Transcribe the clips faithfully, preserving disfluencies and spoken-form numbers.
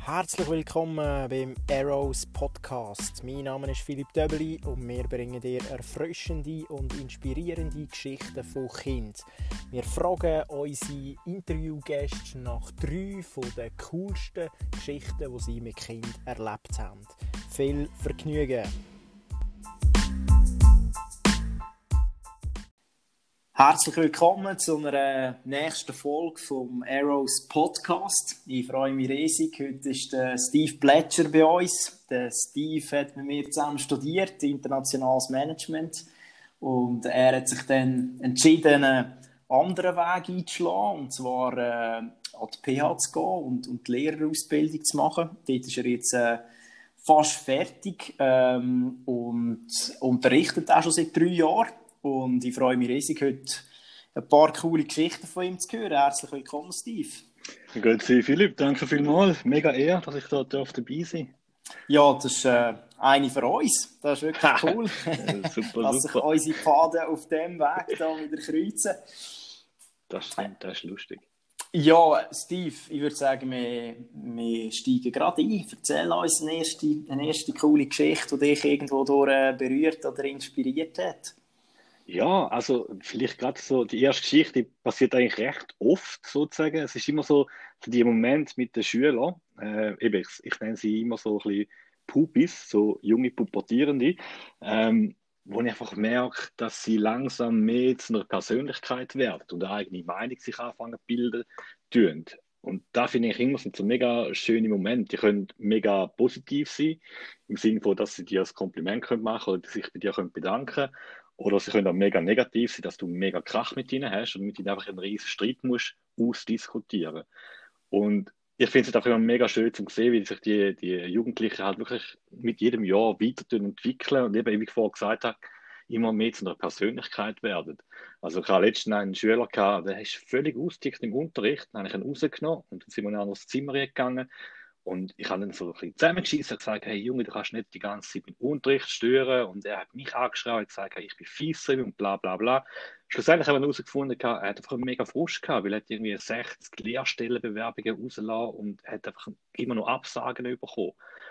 Herzlich willkommen beim Arrows Podcast. Mein Name ist Philipp Döbeli und wir bringen dir erfrischende und inspirierende Geschichten von Kindern. Wir fragen unsere Interviewgäste nach drei von den coolsten Geschichten, die sie mit Kindern erlebt haben. Viel Vergnügen! Herzlich willkommen zu einer nächsten Folge vom Arrows Podcast. Ich freue mich riesig. Heute ist der Steve Plätscher bei uns. Der Steve hat mit mir zusammen studiert, internationales Management. Und er hat sich dann entschieden, einen anderen Weg einzuschlagen. Und zwar äh, an die P H zu gehen und, und die Lehrerausbildung zu machen. Dort ist er jetzt äh, fast fertig ähm, und unterrichtet auch schon seit drei Jahren. Und ich freue mich riesig, heute ein paar coole Geschichten von ihm zu hören. Herzlich willkommen, Steve. Grüezi, Philipp. Danke vielmals. Mega ehr, dass ich da dabei sein darf. Ja, das ist äh, eine für uns. Das ist wirklich cool. Ja, super, dass sich super. unsere Pfaden auf dem Weg da wieder kreuzen. Das stimmt, das ist lustig. Ja, Steve, ich würde sagen, wir, wir steigen gerade ein. Erzähl uns eine erste, eine erste coole Geschichte, die dich irgendwo durch, äh, berührt oder inspiriert hat. Ja, also vielleicht gerade so, die erste Geschichte die passiert eigentlich recht oft, sozusagen. Es ist immer so, für die Momente mit den Schülern, äh, eben, ich, ich nenne sie immer so ein bisschen Pupis, so junge Pubertierende, ähm, wo ich einfach merke, dass sie langsam mehr zu einer Persönlichkeit werden und eine eigene Meinung sich anfangen zu bilden tun. Und da finde ich immer, sind so mega schöne Momente. Die können mega positiv sein, im Sinne von, dass sie dir ein Kompliment können machen oder sich bei dir können bedanken können. Oder sie können auch mega negativ sein, dass du mega Krach mit ihnen hast und mit ihnen einfach einen riesen Streit musst ausdiskutieren. Und ich finde es einfach immer mega schön zu sehen, wie sich die, die Jugendlichen halt wirklich mit jedem Jahr weiter entwickeln und eben, wie ich vorher gesagt habe, immer mehr zu einer Persönlichkeit werden. Also ich hatte letztens einen Schüler, gehabt, der ist völlig ausgetickt im Unterricht, dann habe ich ihn rausgenommen und dann sind wir in ein anderes Zimmer gegangen. Und ich habe dann so ein bisschen zusammengeschissen und gesagt, hey Junge, du kannst nicht die ganze Zeit mit dem Unterricht stören. Und er hat mich angeschrien und gesagt, hey, ich bin fies und bla bla bla. Schlussendlich haben wir herausgefunden, er hat einfach einen mega Frust gehabt, weil er hat irgendwie sechzig Lehrstellenbewerbungen rausgelassen und hat einfach immer noch Absagen bekommen.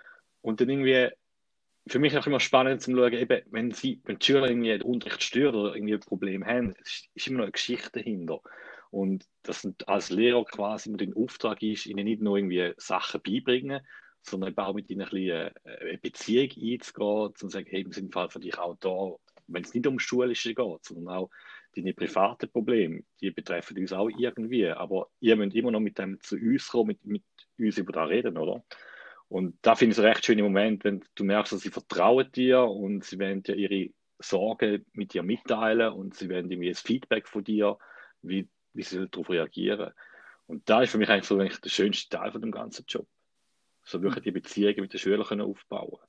Und dann irgendwie, für mich ist auch immer spannend zu schauen, eben, wenn, sie, wenn die Schüler irgendwie den Unterricht stören oder irgendwie ein Problem haben, ist, ist immer noch eine Geschichte dahinter. Und das als Lehrer quasi mit dem Auftrag ist, ihnen nicht nur irgendwie Sachen beibringen, sondern auch mit ihnen ein bisschen eine Beziehung einzugehen, um zu sagen, hey, wir sind im Fall für dich auch da, wenn es nicht um Schulische geht, sondern auch deine privaten Probleme, die betreffen uns auch irgendwie. Aber ihr müsst immer noch mit dem zu uns kommen, mit, mit uns über das reden, oder? Und da finde ich es ein recht schöner Moment, wenn du merkst, dass sie vertrauen dir und sie werden dir ihre Sorgen mit dir mitteilen und sie werden irgendwie das Feedback von dir, wie wie sie darauf reagieren. Und da ist für mich eigentlich so eigentlich der schönste Teil von dem ganzen Job. So wirklich die Beziehungen mit den Schülern können aufbauen.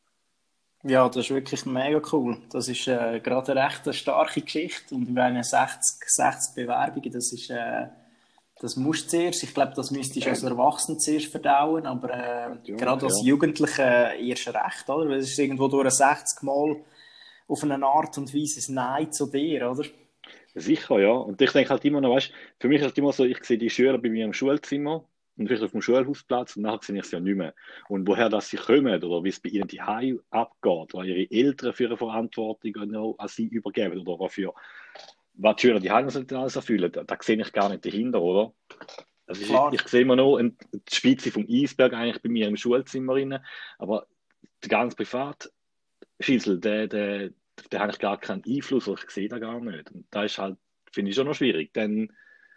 Ja, das ist wirklich mega cool. Das ist äh, gerade eine recht starke Geschichte. Und bei einer sechzig, sechzig Bewerbungen, das ist, äh, das musst du zuerst. Ich glaube, das müsstest du als Erwachsener zuerst verdauen, aber äh, ja, gerade als ja. Jugendliche erst recht, oder? Weil es ist irgendwo durch sechzig Mal auf eine Art und Weise ein Nein zu dir, oder? Sicher, ja. Und ich denke halt immer noch, weißt, für mich ist es immer so, ich sehe die Schüler bei mir im Schulzimmer und vielleicht auf dem Schulhausplatz und nachher sehe ich sie ja nicht mehr. Und woher das sie kommen oder wie es bei ihnen die Heim abgeht, weil ihre Eltern für ihre Verantwortung an sie übergeben oder wofür, was die Schüler die Heim alles erfüllen, da, da sehe ich gar nicht dahinter, oder? Also ich, ich sehe immer noch die Spitze vom Eisberg eigentlich bei mir im Schulzimmer rein, aber der ganz privat Schissel, der, der da habe ich gar keinen Einfluss, oder ich sehe da gar nicht. Und da ist halt, finde ich schon noch schwierig, dann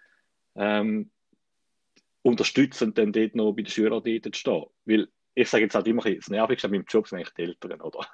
ähm, unterstützend dann dort noch bei den Schülern dort zu stehen. Weil ich sage jetzt halt immer, das Nervigste an meinem Job sind eigentlich die Eltern, oder?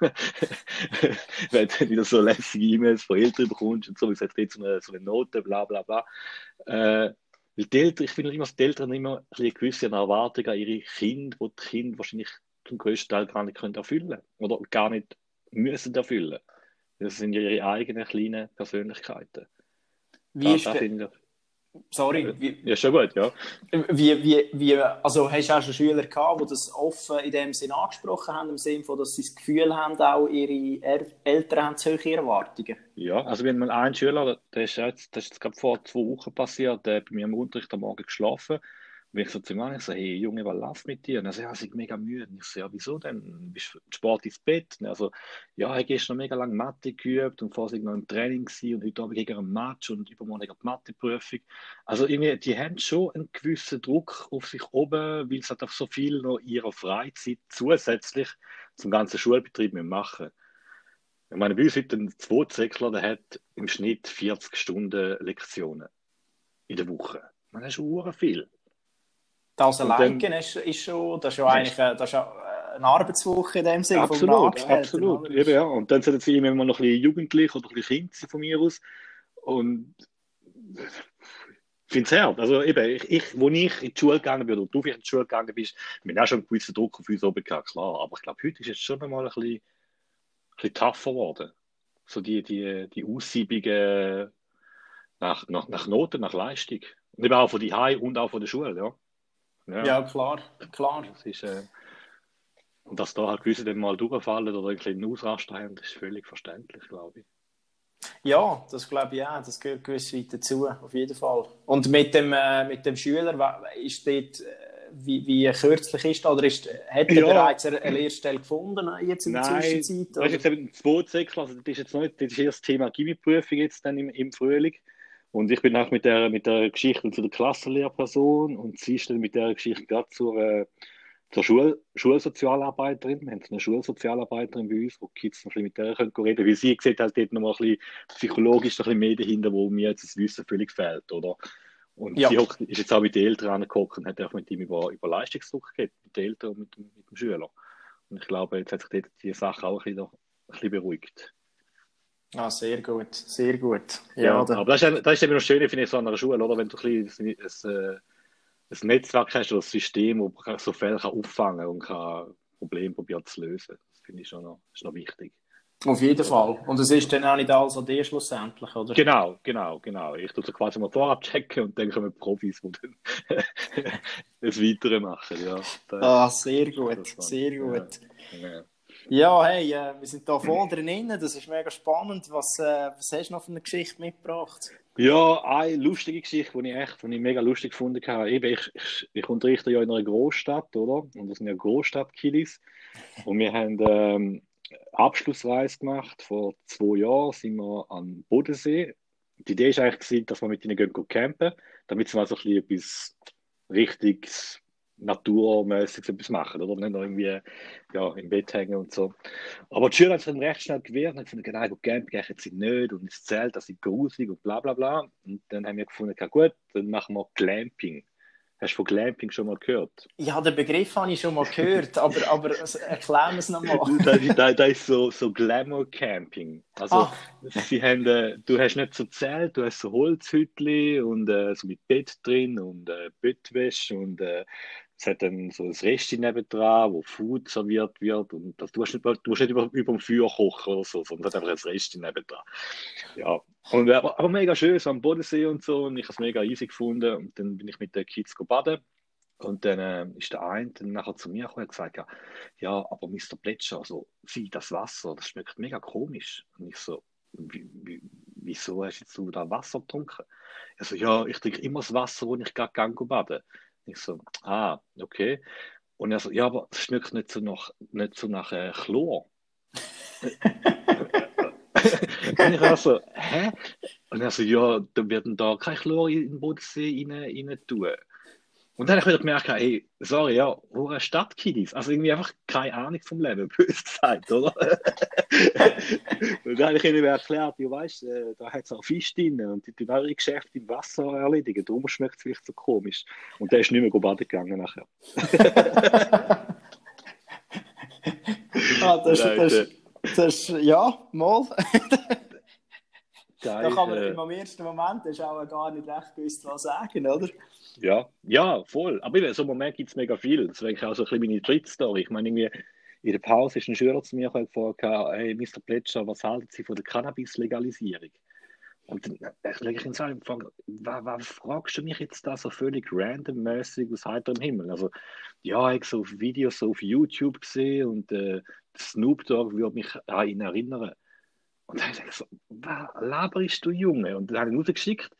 Wenn du wieder so lässige E-Mails von Eltern bekommst und so, wie gesagt, jetzt so eine, so eine Note, bla bla bla. Äh, weil die Eltern, ich finde immer, dass die Eltern immer eine gewisse Erwartung an ihre Kinder, die die Kinder wahrscheinlich zum größten Teil gar nicht können erfüllen können. Oder gar nicht müssen erfüllen. Das sind ja ihre eigenen kleinen Persönlichkeiten. Wie da, ist da de... finde ich... Sorry. Wie... Ja, schon gut, ja. Wie, wie, wie, also hast du auch schon Schüler gehabt, die das offen in dem Sinn angesprochen haben, im Sinne von, dass sie das Gefühl haben, auch ihre er Eltern haben zu hohe Erwartungen? Ja, also wir haben mal einen Schüler, der ist jetzt, das ist jetzt gerade vor zwei Wochen passiert, der hat bei mir im Unterricht am Morgen geschlafen Und ich so zu ihm an, ich so, hey Junge, was läuft mit dir? Und er so, ja, ich bin mega müde. Und ich so, ja, wieso denn? Bist du Sport ins Bett? Und er so, ja, ich habe gestern mega lange Mathe geübt und vorher noch im Training gewesen und heute Abend gegen einen Match und übermorgen gegen die Matheprüfung. Also irgendwie, die haben schon einen gewissen Druck auf sich oben, weil sie halt auch so viel noch in ihrer Freizeit zusätzlich zum ganzen Schulbetrieb machen. Ich meine, bei uns heute ein Zweitzweckler, der hat im Schnitt vierzig Stunden Lektionen in der Woche. Man, das ist schon viel. Das Und alleine dann, ist, ist schon, das ist ja ja, eigentlich äh, das ist ja eine Arbeitswoche in dem Sinne von einem absolut, Angestellten, absolut. oder? Eben, ja. Und dann sollten sie immer noch ein bisschen jugendlich oder ein bisschen Kind sein von mir aus. Und ich finde es hart. Also eben, ich, ich, wo ich in die Schule gegangen bin, oder du vielleicht in die Schule gegangen bist, wir haben auch schon einen gewissen Druck auf uns oben gehabt, klar. Aber ich glaube, heute ist es schon einmal ein bisschen, ein bisschen tougher geworden. So die, die, die Aussiebungen nach, nach, nach Noten, nach Leistung. Und eben auch von die High und auch von der Schule, ja. Ja, Ja, klar, klar. das ist, äh, und dass da halt gewisse dann mal durchfallen oder ein bisschen Ausraster haben, das ist völlig verständlich, glaube ich. Ja, das glaube ich auch. Das gehört gewiss weit dazu, auf jeden Fall. Und mit dem, äh, mit dem Schüler, wa- ist dort, äh, wie, wie kürzlich ist das? Oder ist, hat er Ja, bereits eine eine Lehrstelle gefunden äh, jetzt in der nein, Zwischenzeit? das ist jetzt Oder? eben ein Zweitzweckler, also das ist jetzt noch nicht, das ist erst das Thema Gimmi-Prüfung jetzt dann im, im Frühling. Und ich bin auch mit der, mit der Geschichte zu der Klassenlehrperson und sie ist dann mit der Geschichte gerade zur, äh, zur Schul Schulsozialarbeiterin. Wir haben eine Schulsozialarbeiterin bei uns, wo die Kids noch ein bisschen mit der können reden, weil sie sieht halt dort noch mal ein bisschen psychologisch noch ein bisschen mehr dahinter, wo mir jetzt das Wissen völlig fehlt, oder? Und Ja, sie hockt- ist jetzt auch mit den Eltern angeguckt und hat auch mit ihm über, über Leistungsdruck geredet, mit den Eltern und mit, dem- mit dem Schüler. Und ich glaube, jetzt hat sich dort die Sache auch ein bisschen, ein bisschen beruhigt. ah, sehr gut, sehr gut. Ja, Ja, da, aber das ist, eben- das ist eben noch schön, finde ich, so an einer Schule, oder? Wenn du ein, bisschen ein, ein, ein Netzwerk hast oder ein System, das so Fälle kann auffangen und kann Probleme probieren zu lösen. Das finde ich schon noch, ist noch wichtig. auf jeden Oder? Fall. Und es ist dann auch nicht alles an dir schlussendlich, oder? Genau, genau, genau. Ich tue so quasi mal vorab checken und dann kommen Profis, die dann das Weitere machen. Ja, das Ah, sehr ist gut, interessant. sehr Ja, gut. ja. Ja, hey, äh, wir sind da voll drin. Das ist mega spannend. Was, äh, was hast du noch für eine Geschichte mitgebracht? Ja, eine lustige Geschichte, die ich echt, die ich mega lustig gefunden habe. Eben, ich, ich, ich unterrichte ja in einer Großstadt, oder? Und das sind ja Großstadt-Kiddies. Und wir haben ähm, Abschlussreise gemacht. Vor zwei Jahren sind wir am Bodensee. Die Idee war eigentlich, gewesen, dass wir mit ihnen gehen campen, damit sie mal so ein bisschen etwas richtig naturmäßiges etwas machen, oder? Nicht nur irgendwie ja, im Bett hängen und so. Aber die Schüler haben sich dann recht schnell gewehrt und haben gefunden, nein, Camping gehe ich jetzt nicht und das Zelt, das ist gruselig und bla bla bla. Und dann haben wir gefunden, okay, gut, dann machen wir Glamping. Hast du von Glamping schon mal gehört? Ja, den Begriff habe ich schon mal gehört, aber, aber erklären wir es nochmal. Das, ist- das, das ist so, so Glamour Camping. Also, Ach, sie haben, äh, du hast nicht so Zelt, du hast so Holzhütli und äh, so mit Bett drin und äh, Bettwäsche und äh, es hat dann so ein Resti nebendran, wo Food serviert wird und das, du, hast nicht, du musst nicht über, über dem Feuer kochen oder so, sondern es hat einfach ein Resti nebendran. Ja, und, äh, aber, aber mega schön, so am Bodensee und so und ich habe es mega easy gefunden und dann bin ich mit den Kids go baden. Und dann äh, ist der eine dann nachher zu mir gekommen und gesagt, ja, ja, aber Mister Plätscher, also, wie das Wasser, das schmeckt mega komisch. Und ich so, wie, wie, wieso hast jetzt du da Wasser getrunken? Er so, ja, ich trinke immer das Wasser, wo ich gerade gehe baden. Ich so, ah, okay. Und er so, ja, aber es schmeckt nicht so nach, nicht so nach äh, Chlor. Und ich war so, hä? Und er so, ja, da werden da kein Chlor in den Bodensee rein, rein tun. Und dann habe ich wieder gemerkt, hey, sorry, ja, hure Stadtkiddies. Also irgendwie einfach keine Ahnung vom Leben, bös gesagt, oder? Und dann habe ich ihnen erklärt, du weißt, äh, da hat es auch Fisch drin und die tun eure Geschäfte im Wasser erledigen. Darum schmeckt es vielleicht so komisch. Und der ist nicht mehr baden gegangen nachher. ah, das, Nein, das, der, das, ja, mal. der Da ist, kann man äh, im ersten Moment hast du auch gar nicht recht gewusst, was sagen, oder? ja, ja, voll. Aber in so einem Moment gibt es mega viel. Das wäre auch so ein bisschen meine Tritt-Story. Ich meine, irgendwie in der Pause ist ein Schüler zu mir gekommen und gefragt, hey, Mister Plätscher, was halten Sie von der Cannabis-Legalisierung? Und dann äh, lege ich ihn so und frage, was, was fragst du mich jetzt da so völlig randommäßig aus heiterem Himmel? Also, ja, ich habe so Videos so auf YouTube gesehen und äh, Snoop Dogg würde mich an ihn erinnern. Und dann habe ich so, was laberst du, Junge? Und dann habe ich ihn rausgeschickt.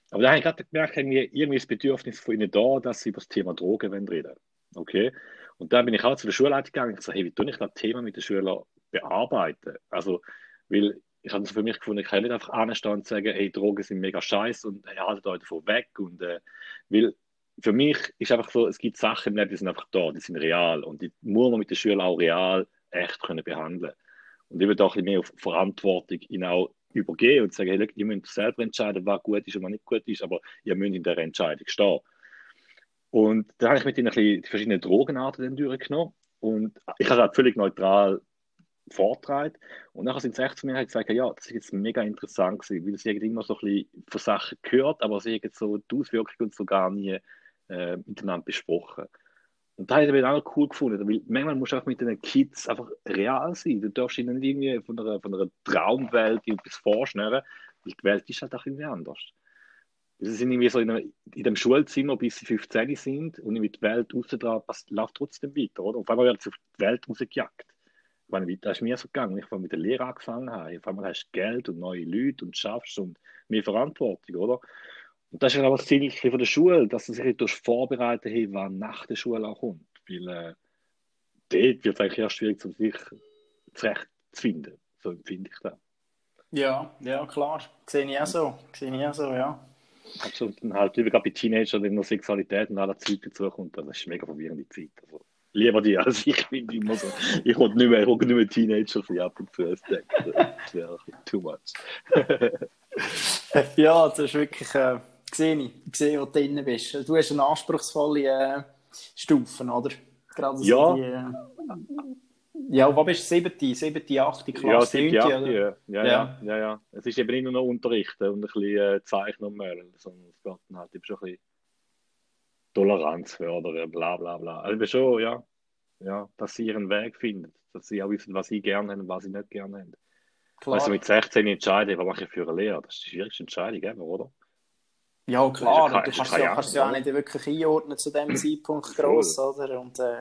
Aber da habe ich gerade gemerkt, irgendwie, irgendwie das Bedürfnis von ihnen da, dass sie über das Thema Drogen reden wollen. Okay? Und dann bin ich auch zu der Schulleitung gegangen und gesagt, hey, wie tue ich das Thema mit den Schülern bearbeiten? Also, weil ich habe es für mich gefunden, ich kann nicht einfach anstehen und sagen, hey, Drogen sind mega scheiße und hey, haltet euch davon weg. Und, äh, weil für mich ist einfach so, es gibt Sachen im Leben, die sind einfach da, die sind real und die muss man mit den Schülern auch real echt können behandeln. Und ich würde auch ein bisschen mehr auf Verantwortung ihnen auch übergehen und sagen, hey, ihr müsst selber entscheiden, was gut ist und was nicht gut ist, aber ihr müsst in der Entscheidung stehen. Und da habe ich mit ihnen ein bisschen die verschiedenen Drogenarten dann durchgenommen und ich habe das völlig neutral vortragen. Und nachher sind sie echt zu mir und gesagt, ja, das ist jetzt mega interessant gewesen, weil sie irgendwie immer so ein bisschen von Sachen gehört, aber sie haben so die Auswirkungen so gar nie äh, miteinander besprochen. Und da habe ich dann auch cool gefunden, weil manchmal musst du auch mit den Kids einfach real sein. Du darfst ihnen nicht irgendwie von einer, von einer Traumwelt etwas vorschnüren, weil die Welt ist halt auch irgendwie anders. Sie sind irgendwie so in, einem, in dem Schulzimmer, bis sie fünfzehn sind und mit der Welt außen dran läuft trotzdem weiter, oder? Und auf einmal werden sie auf die Welt rausgejagt. Ich meine, das ist mir so gegangen, ich mit der Lehre angefangen habe. Auf einmal hast du Geld und neue Leute und schaffst und mehr Verantwortung, oder? Und das ist aber das Ziel von der Schule, dass du sich durch vorbereiten, hey, was nach der Schule auch kommt. Weil äh, dort wird es eigentlich erst schwierig, um sich zurecht zu finden. So empfinde ich das. Ja, ja, klar. Sehe ich auch so. Sehe ich auch so, ja. Absolut. Und halt, wie gerade bei Teenagern, wenn noch Sexualität und aller Zeug dazukommt, das ist eine mega verwirrende Zeit. Also, lieber die als ich bin immer so. Ich wollte nicht mehr, ich wollte nicht mehr Teenager sein ab und zu. Das wäre too much. Ja, das ist wirklich, äh, sehe ich, ich sehe, wo du drin bist. Du hast eine anspruchsvolle äh, Stufen, oder? Gerade so ja. Die, äh, ja, was bist du? Siebte, siebte, achte Klasse? Ja, siebte, achte, ja. Ja, ja. ja, ja, ja. Es ist eben nicht nur noch Unterrichten und ein bisschen äh, Zeichnen und Malen, sondern es geht dann halt eben schon ein bisschen Toleranz fördern, bla bla bla. Also schon, ja, ja, dass sie ihren Weg finden, dass sie auch wissen, was sie gerne haben und was sie nicht gerne haben. Klar. Also mit sechzehn entscheiden, was mache ich für eine Lehre? Das ist die schwierigste Entscheidung, ever, oder? Ja, klar. Ja, du kannst ja, kannst ja auch nicht wirklich einordnen zu dem Zeitpunkt gross, oder? Und, äh,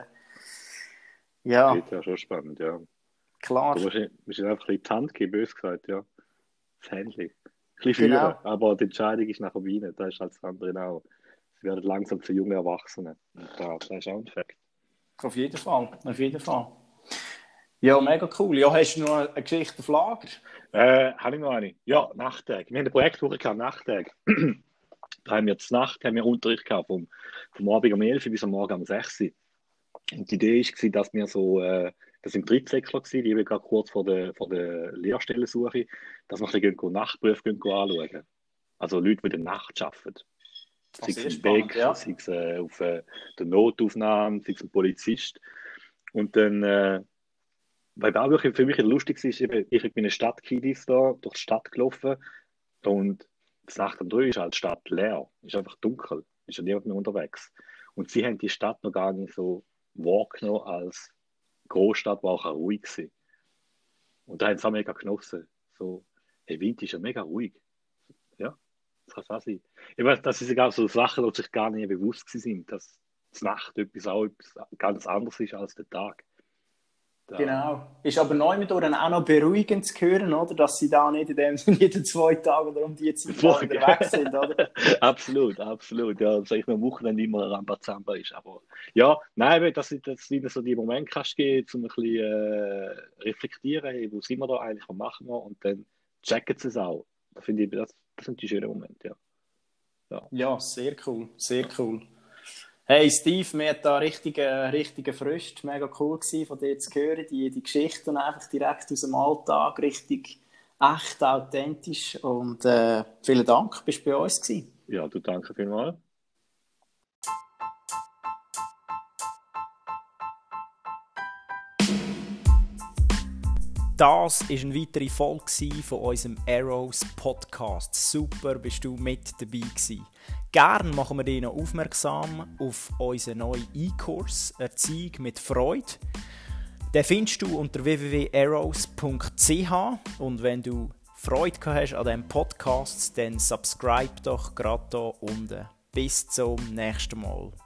ja. Das ist ja schon spannend, ja. Klar. Du musst, musst einfach ein bisschen die Hand geben, bös gesagt, ja. Das Händchen. Ein bisschen führen, genau. Aber die Entscheidung ist nachher bei ihnen. Das ist halt das andere auch. Sie werden langsam zu jungen Erwachsenen. Und das ist auch ein Fakt. Auf jeden Fall, auf jeden Fall. Ja, mega cool. Ja, hast du noch eine Geschichte auf Lager? Äh, habe ich noch eine? Ja, Nachttage. Wir haben eine Projektwoche gehabt, Nachttage. Da haben wir zur Nacht haben wir Unterricht gehabt, vom, vom Abend um elf bis am Morgen um sechs. Und die Idee war, dass wir so, äh, das sind Drittsäckler gewesen, die wir gerade kurz vor der, vor der Lehrstellensuche, dass wir ein bisschen Nachtprüfe anschauen. Also Leute, die in der Nacht arbeiten. Sei es im Beck, ja. sei es äh, auf äh, der Notaufnahme, sei es ein Polizist. Und dann, äh, weil auch wirklich für mich lustig ist, eben, ich bin eine Stadtkiddies da durch die Stadt gelaufen und das Nacht um drei ist halt die Stadt leer. Es ist einfach dunkel, ist ja niemand mehr unterwegs. Und sie haben die Stadt noch gar nicht so wahrgenommen als Großstadt, die auch ruhig war. Und da haben sie auch mega genossen. So, hey, Wind ist ja mega ruhig. Ja, das kann es auch sein. Ich weiß, das sind auch so Sachen, die sich gar nicht bewusst sind, dass die Nacht etwas auch etwas ganz anderes ist als der Tag. Da. Genau. Ist aber neu mit dann auch noch beruhigend zu hören, oder? Dass sie da nicht in dem jeden zwei Tage oder um die Zeit unterwegs sind, oder? Absolut, absolut. Ja, dass ich am Wochenende immer Rambazamba ist. Aber ja, nein, dass du das wieder so die Momente kannst geben, um ein bisschen äh, reflektieren, hey, wo sind wir da eigentlich, was machen wir? Und dann checken sie es auch. Das finde ich, das, das sind die schönen Momente, ja. Ja, ja, sehr cool, sehr cool. Hey Steve, mir hat da richtige, richtige Frust. Mega cool gewesen, von dir zu hören, die, die Geschichten einfach direkt aus dem Alltag, richtig echt, authentisch. Und äh, vielen Dank, bist du bei uns gewesen. Ja, du, danke vielmals. Das war eine weitere Folge von unserem Arrows Podcast. Super, bist du mit dabei gewesen. Gerne machen wir dich noch aufmerksam auf unseren neuen E-Kurs «Erziehung mit Freude». Den findest du unter w w w punkt arrows punkt c h und wenn du Freude hast an diesem Podcast, dann subscribe doch gerade hier unten. Bis zum nächsten Mal.